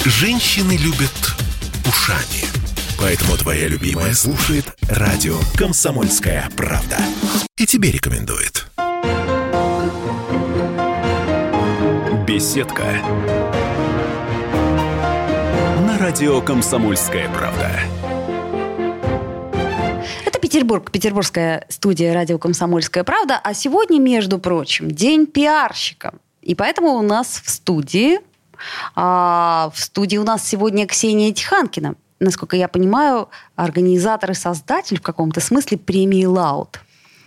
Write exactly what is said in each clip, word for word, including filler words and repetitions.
Женщины любят ушами. Поэтому твоя любимая слушает радио «Комсомольская правда». И тебе рекомендует. Беседка. На радио «Комсомольская правда». Это Петербург, петербургская студия радио «Комсомольская правда». А сегодня, между прочим, день пиарщика. И поэтому у нас в студии... А, в студии у нас сегодня Ксения Тиханкина. Насколько я понимаю, организатор и создатель в каком-то смысле премии «Лауд».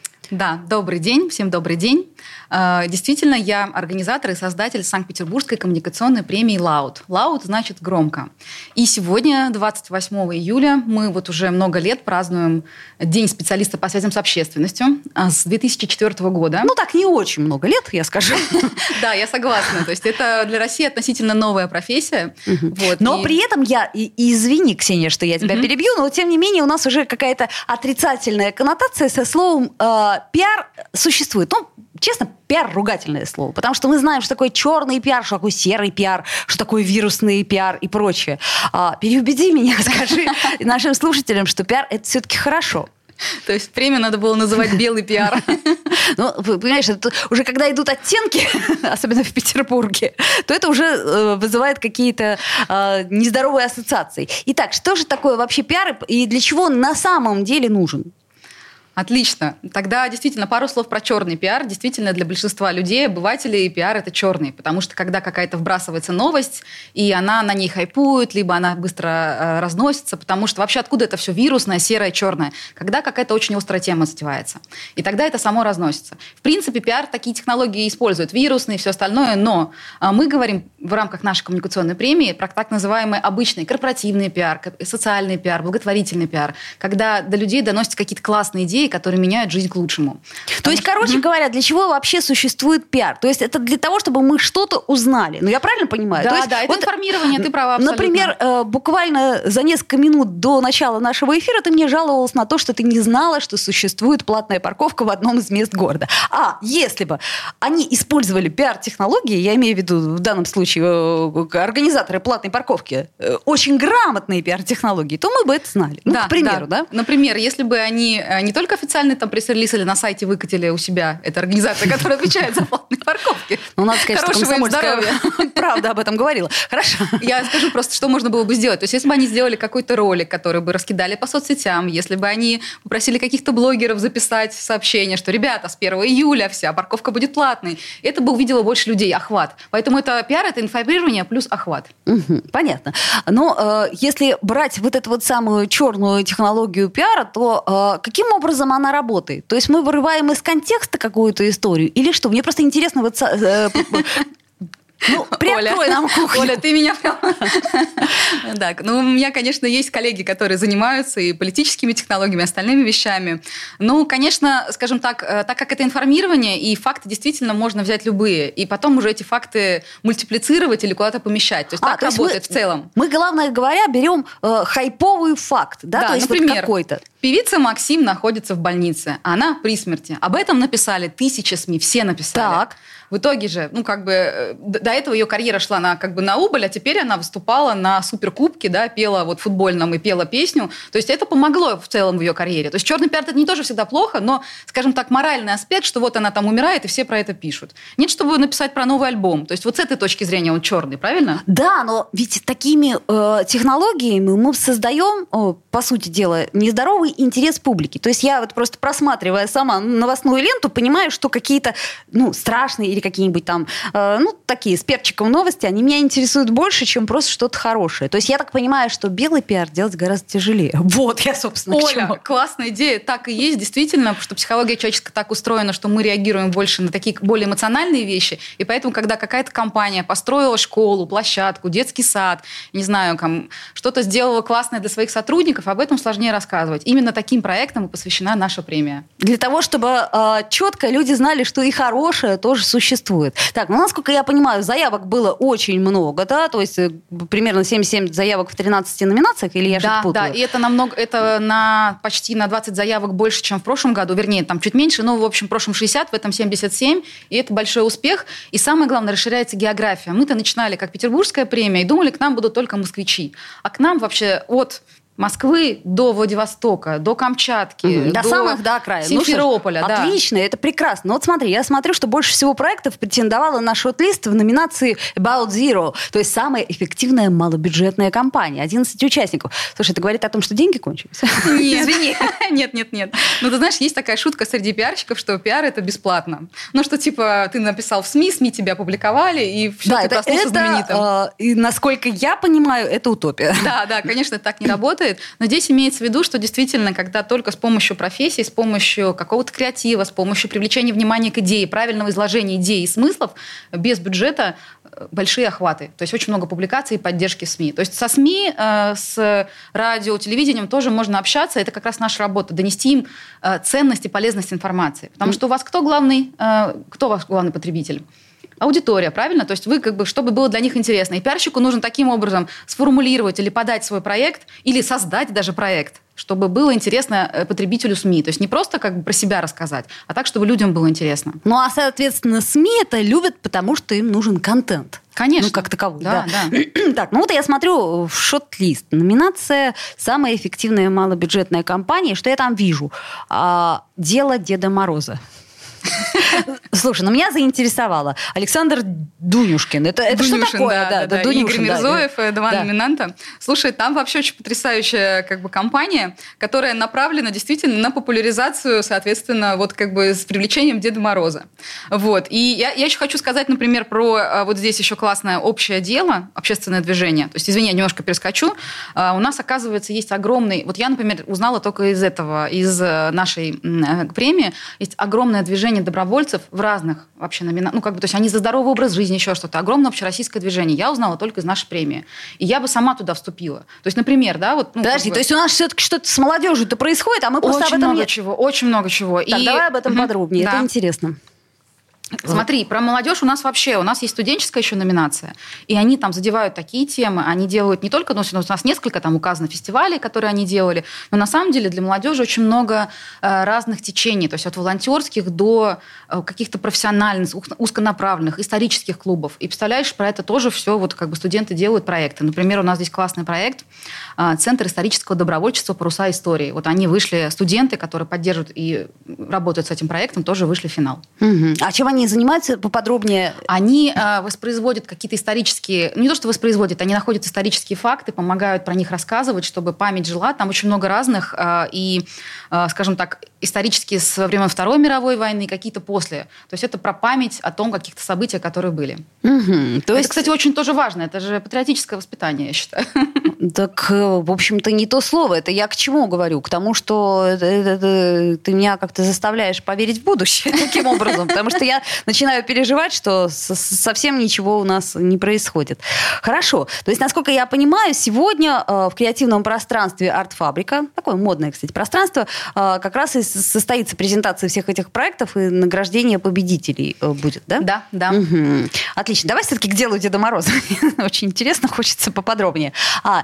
Да, добрый день, всем добрый день. Действительно, я организатор и создатель Санкт-Петербургской коммуникационной премии «Лауд». «Лауд» значит «громко». И сегодня, двадцать восьмого июля, мы вот уже много лет празднуем День специалиста по связям с общественностью с две тысячи четвёртого года. Ну, так не очень много лет, я скажу. Да, я согласна. То есть это для России относительно новая профессия. Но при этом я, извини, Ксения, что я тебя перебью, но тем не менее у нас уже какая-то отрицательная коннотация со словом «пиар» существует. Ну, честно, пиар – ругательное слово, потому что мы знаем, что такое черный пиар, что такое серый пиар, что такое вирусный пиар и прочее. А, переубеди меня, скажи нашим слушателям, что пиар – это все-таки хорошо. То есть премию надо было называть «белый пиар». Ну, понимаешь, это уже когда идут оттенки, особенно в Петербурге, то это уже э, вызывает какие-то э, нездоровые ассоциации. Итак, что же такое вообще пиар и для чего он на самом деле нужен? Отлично. Тогда действительно пару слов про черный пиар. Действительно, для большинства людей, обывателей, пиар – это черный. Потому что когда какая-то вбрасывается новость, и она на ней хайпует, либо она быстро э, разносится, потому что вообще откуда это все вирусное, серое, черное? Когда какая-то очень острая тема затевается. И тогда это само разносится. В принципе, пиар такие технологии использует, вирусные и все остальное, но э, мы говорим в рамках нашей коммуникационной премии про так называемый обычный корпоративный пиар, социальный пиар, благотворительный пиар, когда до людей доносятся какие-то классные идеи, которые меняют жизнь к лучшему. Потому То есть, что... короче говоря, для чего вообще существует пиар? То есть это для того, чтобы мы что-то узнали. Ну, я правильно понимаю? Да, То есть, да, это вот, информирование, ты права абсолютно. Например, э, буквально за несколько минут до начала нашего эфира ты мне жаловалась на то, что ты не знала, что существует платная парковка в одном из мест города. А если бы они использовали пиар-технологии, я имею в виду в данном случае э, организаторы платной парковки, э, очень грамотные пиар-технологии, то мы бы это знали. Ну, да, к примеру, да. да? Например, если бы они не только официальный там пресс-релиз или на сайте выкатили у себя, это организация, которая отвечает за платные парковки. Ну, надо сказать, что «Комсомольская правда» об этом говорила. Хорошо. Я скажу просто, что можно было бы сделать. То есть, если бы они сделали какой-то ролик, который бы раскидали по соцсетям, если бы они попросили каких-то блогеров записать сообщение, что, ребята, с первого июля вся парковка будет платной, это бы увидело больше людей, охват. Поэтому это пиар, это информирование плюс охват. Угу, понятно. Но э, если брать вот эту вот самую черную технологию пиара, то э, каким образом она работает? То есть мы вырываем из контекста какую-то историю или что? Мне просто интересно вот... Э, Ну, приоткрой Оля, нам кухню. Оля, ты меня прям... Так, ну, у меня, конечно, есть коллеги, которые занимаются и политическими технологиями, и остальными вещами. Ну, конечно, скажем так, так как это информирование, и факты действительно можно взять любые, и потом уже эти факты мультиплицировать или куда-то помещать. То есть а, так то работает есть мы, в целом. Мы, главное говоря, берем э, хайповый факт, да? Да, то есть например, вот какой-то. Певица Максим находится в больнице, она при смерти. Об этом написали тысячи СМИ, все написали. Так. В итоге же, ну, как бы, до этого ее карьера шла на, как бы, на убыль, а теперь она выступала на суперкубке, да, пела вот футбольном и пела песню. То есть это помогло в целом в ее карьере. То есть черный пиар – это не тоже всегда плохо, но, скажем так, моральный аспект, что вот она там умирает, и все про это пишут. Нет, чтобы написать про новый альбом. То есть вот с этой точки зрения он черный, правильно? Да, но ведь такими э, технологиями мы создаем, э, по сути дела, нездоровый интерес публики. То есть я вот просто просматривая сама новостную ленту, понимаю, что какие-то, ну, страшные или какие-нибудь там, э, ну, такие с перчиком новости, они меня интересуют больше, чем просто что-то хорошее. То есть я так понимаю, что белый пиар делать гораздо тяжелее. Вот я, собственно, Оля, к чему. классная идея. Так и есть, действительно, потому что психология человеческая так устроена, что мы реагируем больше на такие более эмоциональные вещи. И поэтому, когда какая-то компания построила школу, площадку, детский сад, не знаю, там, что-то сделала классное для своих сотрудников, об этом сложнее рассказывать. Именно именно таким проектам и посвящена наша премия. Для того, чтобы э, четко люди знали, что и хорошее тоже существует. Так, ну, насколько я понимаю, заявок было очень много, да? То есть э, примерно семьдесят семь заявок в тринадцати номинациях, или я да, что-то путаю? Да, и это намного, это на почти на двадцать заявок больше, чем в прошлом году. Вернее, там чуть меньше, но, в общем, в прошлом шестьдесят, в этом семьдесят семь. И это большой успех. И самое главное, расширяется география. Мы-то начинали как петербургская премия и думали, к нам будут только москвичи. А к нам вообще от Москвы до Владивостока, до Камчатки, mm-hmm. до, до самых до окраин. Симферополя. Ну, да. Отлично, это прекрасно. Но вот смотри, я смотрю, что больше всего проектов претендовала на шорт-лист в номинации About Zero, то есть самая эффективная малобюджетная компания. одиннадцать участников. Слушай, это говорит о том, что деньги кончились? Нет, извини. Нет, нет, нет. Ну, ты знаешь, есть такая шутка среди пиарщиков, что пиар – это бесплатно. Ну, что типа ты написал в СМИ, СМИ тебя опубликовали, и все, да, ты это, проснулся это, знаменитым. Э, и, насколько я понимаю, это утопия. Да, да, конечно, это так не работает. Но здесь имеется в виду, что действительно, когда только с помощью профессии, с помощью какого-то креатива, с помощью привлечения внимания к идее, правильного изложения идей и смыслов, без бюджета большие охваты. То есть очень много публикаций и поддержки СМИ. То есть со СМИ, э, с радио, телевидением тоже можно общаться. Это как раз наша работа. Донести им э, ценность и полезность информации. Потому что у вас кто главный, э, кто ваш главный потребитель? Аудитория, правильно? То есть вы, как бы, чтобы было для них интересно. И пиарщику нужно таким образом сформулировать или подать свой проект, или создать даже проект, чтобы было интересно потребителю СМИ. То есть не просто как бы про себя рассказать, а так, чтобы людям было интересно. Ну, а, соответственно, СМИ это любят, потому что им нужен контент. Конечно. Ну, как таковой. Да, да. да. Так, ну вот я смотрю в шорт-лист. Номинация «Самая эффективная малобюджетная компания». Что я там вижу? А, «Дело Деда Мороза». Слушай, ну меня заинтересовало. Александр Дунюшкин. Это, это Дунюшин, что такое? Да, да, да. Дунюшин, Игорь Мирзоев, да. два да. номинанта. Слушай, там вообще очень потрясающая как бы компания, которая направлена действительно на популяризацию, соответственно, вот как бы с привлечением Деда Мороза. Вот. И я, я еще хочу сказать, например, про вот здесь еще классное общее дело, общественное движение. То есть, извини, я немножко перескочу. А, у нас, оказывается, есть огромный... Вот я, например, узнала только из этого, из нашей премии, есть огромное движение добровольцев в разных вообще номинациях. Ну, как бы, то есть они за здоровый образ жизни, еще что-то. Огромное общероссийское движение. Я узнала только из нашей премии. И я бы сама туда вступила. То есть, например, да, вот... Ну, Подожди, как бы... то есть у нас все-таки что-то с молодежью-то происходит, а мы просто очень об этом... много чего, очень много чего. Так, и... давай об этом угу. подробнее, да. это интересно. Смотри, про молодежь у нас вообще, у нас есть студенческая еще номинация, и они там задевают такие темы, они делают не только, ну, у нас несколько там указано фестивалей, которые они делали, но на самом деле для молодежи очень много э, разных течений, то есть от волонтерских до э, каких-то профессиональных, узконаправленных, исторических клубов. И представляешь, про это тоже все вот как бы студенты делают проекты. Например, у нас здесь классный проект э, Центр исторического добровольчества «Паруса истории». Вот они вышли, студенты, которые поддерживают и работают с этим проектом, тоже вышли в финал. Угу. А чем они занимаются поподробнее? Они э, воспроизводят какие-то исторические... Не то, что воспроизводят, они находят исторические факты, помогают про них рассказывать, чтобы память жила. Там очень много разных э, и, э, скажем так, исторические со времен Второй мировой войны, какие-то после. То есть это про память о том, каких-то событиях, которые были. Угу. То это, есть... кстати, очень тоже важно. Это же патриотическое воспитание, я считаю. Так, в общем-то, не то слово. Это я к чему говорю? К тому, что это, это, это, ты меня как-то заставляешь поверить в будущее таким образом. Потому что я начинаю переживать, что совсем ничего у нас не происходит. Хорошо. То есть, насколько я понимаю, сегодня в креативном пространстве «Арт-фабрика», такое модное, кстати, пространство, как раз и состоится презентация всех этих проектов и награждение победителей будет, да? Да, да. Угу. Отлично. Давай все-таки к делу Деда Мороза. Очень интересно, хочется поподробнее. А,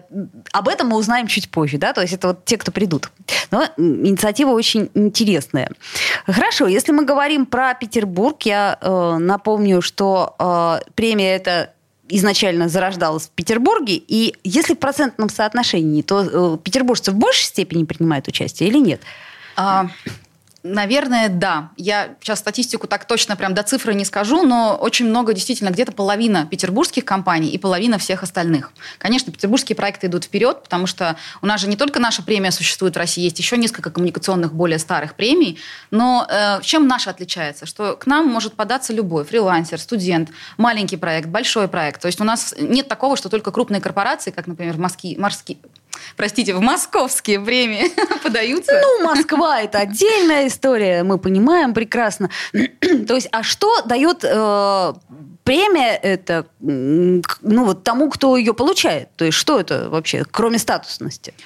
об этом мы узнаем чуть позже, да, то есть это вот те, кто придут. Но инициатива очень интересная. Хорошо, если мы говорим про Петербург, я э, напомню, что э, премия эта изначально зарождалась в Петербурге, и если в процентном соотношении, то э, петербуржцы в большей степени принимают участие или нет? А... Наверное, да. Я сейчас статистику так точно прям до цифры не скажу, но очень много, действительно, где-то половина петербургских компаний и половина всех остальных. Конечно, петербургские проекты идут вперед, потому что у нас же не только наша премия существует в России, есть еще несколько коммуникационных более старых премий. Но э, чем наша отличается? Что к нам может податься любой фрилансер, студент, маленький проект, большой проект. То есть у нас нет такого, что только крупные корпорации, как, например, в Москве, морские... Простите, в московские премии подаются. Ну, Москва – это отдельная история, мы понимаем прекрасно. То есть, а что дает э, премия это, ну, вот тому, кто ее получает? То есть, что это вообще, кроме статусности?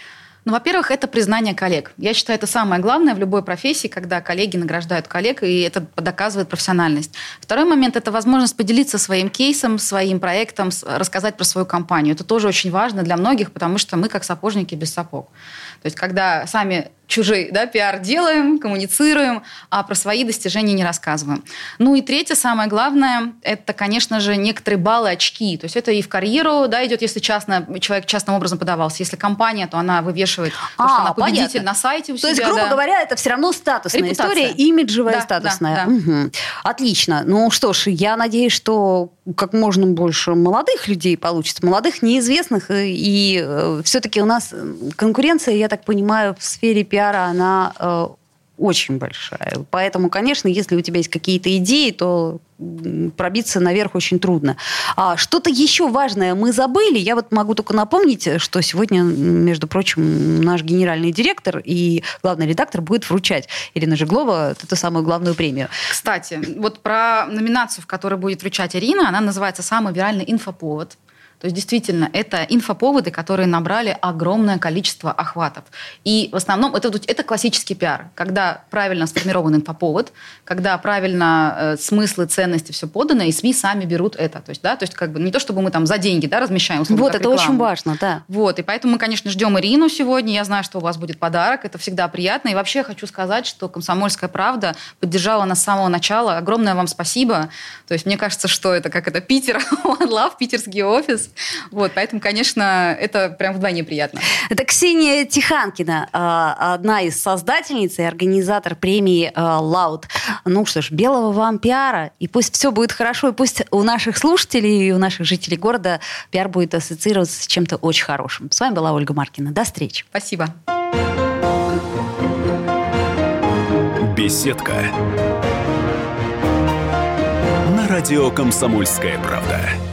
Ну, во-первых, это признание коллег. Я считаю, это самое главное в любой профессии, когда коллеги награждают коллег, и это доказывает профессиональность. Второй момент – это возможность поделиться своим кейсом, своим проектом, рассказать про свою компанию. Это тоже очень важно для многих, потому что мы как сапожники без сапог. То есть, когда сами чужие, да, пиар делаем, коммуницируем, а про свои достижения не рассказываем. Ну и третье, самое главное, это, конечно же, некоторые баллы, очки. То есть это и в карьеру, да, идет, если частно, человек частным образом подавался. Если компания, то она вывешивает, а, то, что она победитель понятно. На сайте у то себя. То есть, грубо да. говоря, это все равно статусная Репутация. История, имиджевая, да, статусная. Да, да. Угу. Отлично. Ну что ж, я надеюсь, что как можно больше молодых людей получится, молодых, неизвестных, и, и э, все-таки у нас конкуренция, я так понимаю, в сфере пиара, она э, очень большая. Поэтому, конечно, если у тебя есть какие-то идеи, то пробиться наверх очень трудно. А что-то еще важное мы забыли. Я вот могу только напомнить, что сегодня, между прочим, наш генеральный директор и главный редактор будет вручать Ирина Жеглова эту самую главную премию. Кстати, вот про номинацию, в которой будет вручать Ирина, она называется «Самый виральный инфоповод». То есть, действительно, это инфоповоды, которые набрали огромное количество охватов. И в основном это, это классический пиар, когда правильно сформирован инфоповод, когда правильно э, смыслы, ценности все подано, и СМИ сами берут это. То есть, да, то есть как бы не то, чтобы мы там за деньги, да, размещаем. Условно, вот, это рекламу. очень важно, да. Вот, и поэтому мы, конечно, ждем Ирину сегодня. Я знаю, что у вас будет подарок. Это всегда приятно. И вообще хочу сказать, что «Комсомольская правда» поддержала нас с самого начала. Огромное вам спасибо. То есть мне кажется, что это как это Питер, One Love, питерский офис. Вот, поэтому, конечно, это прям вдвойне приятно. Это Ксения Тиханкина, одна из создательниц и организатор премии «Лауд». Ну что ж, белого вам пиара, и пусть все будет хорошо, и пусть у наших слушателей и у наших жителей города пиар будет ассоциироваться с чем-то очень хорошим. С вами была Ольга Маркина. До встречи. Спасибо. Беседка. На радио «Комсомольская правда».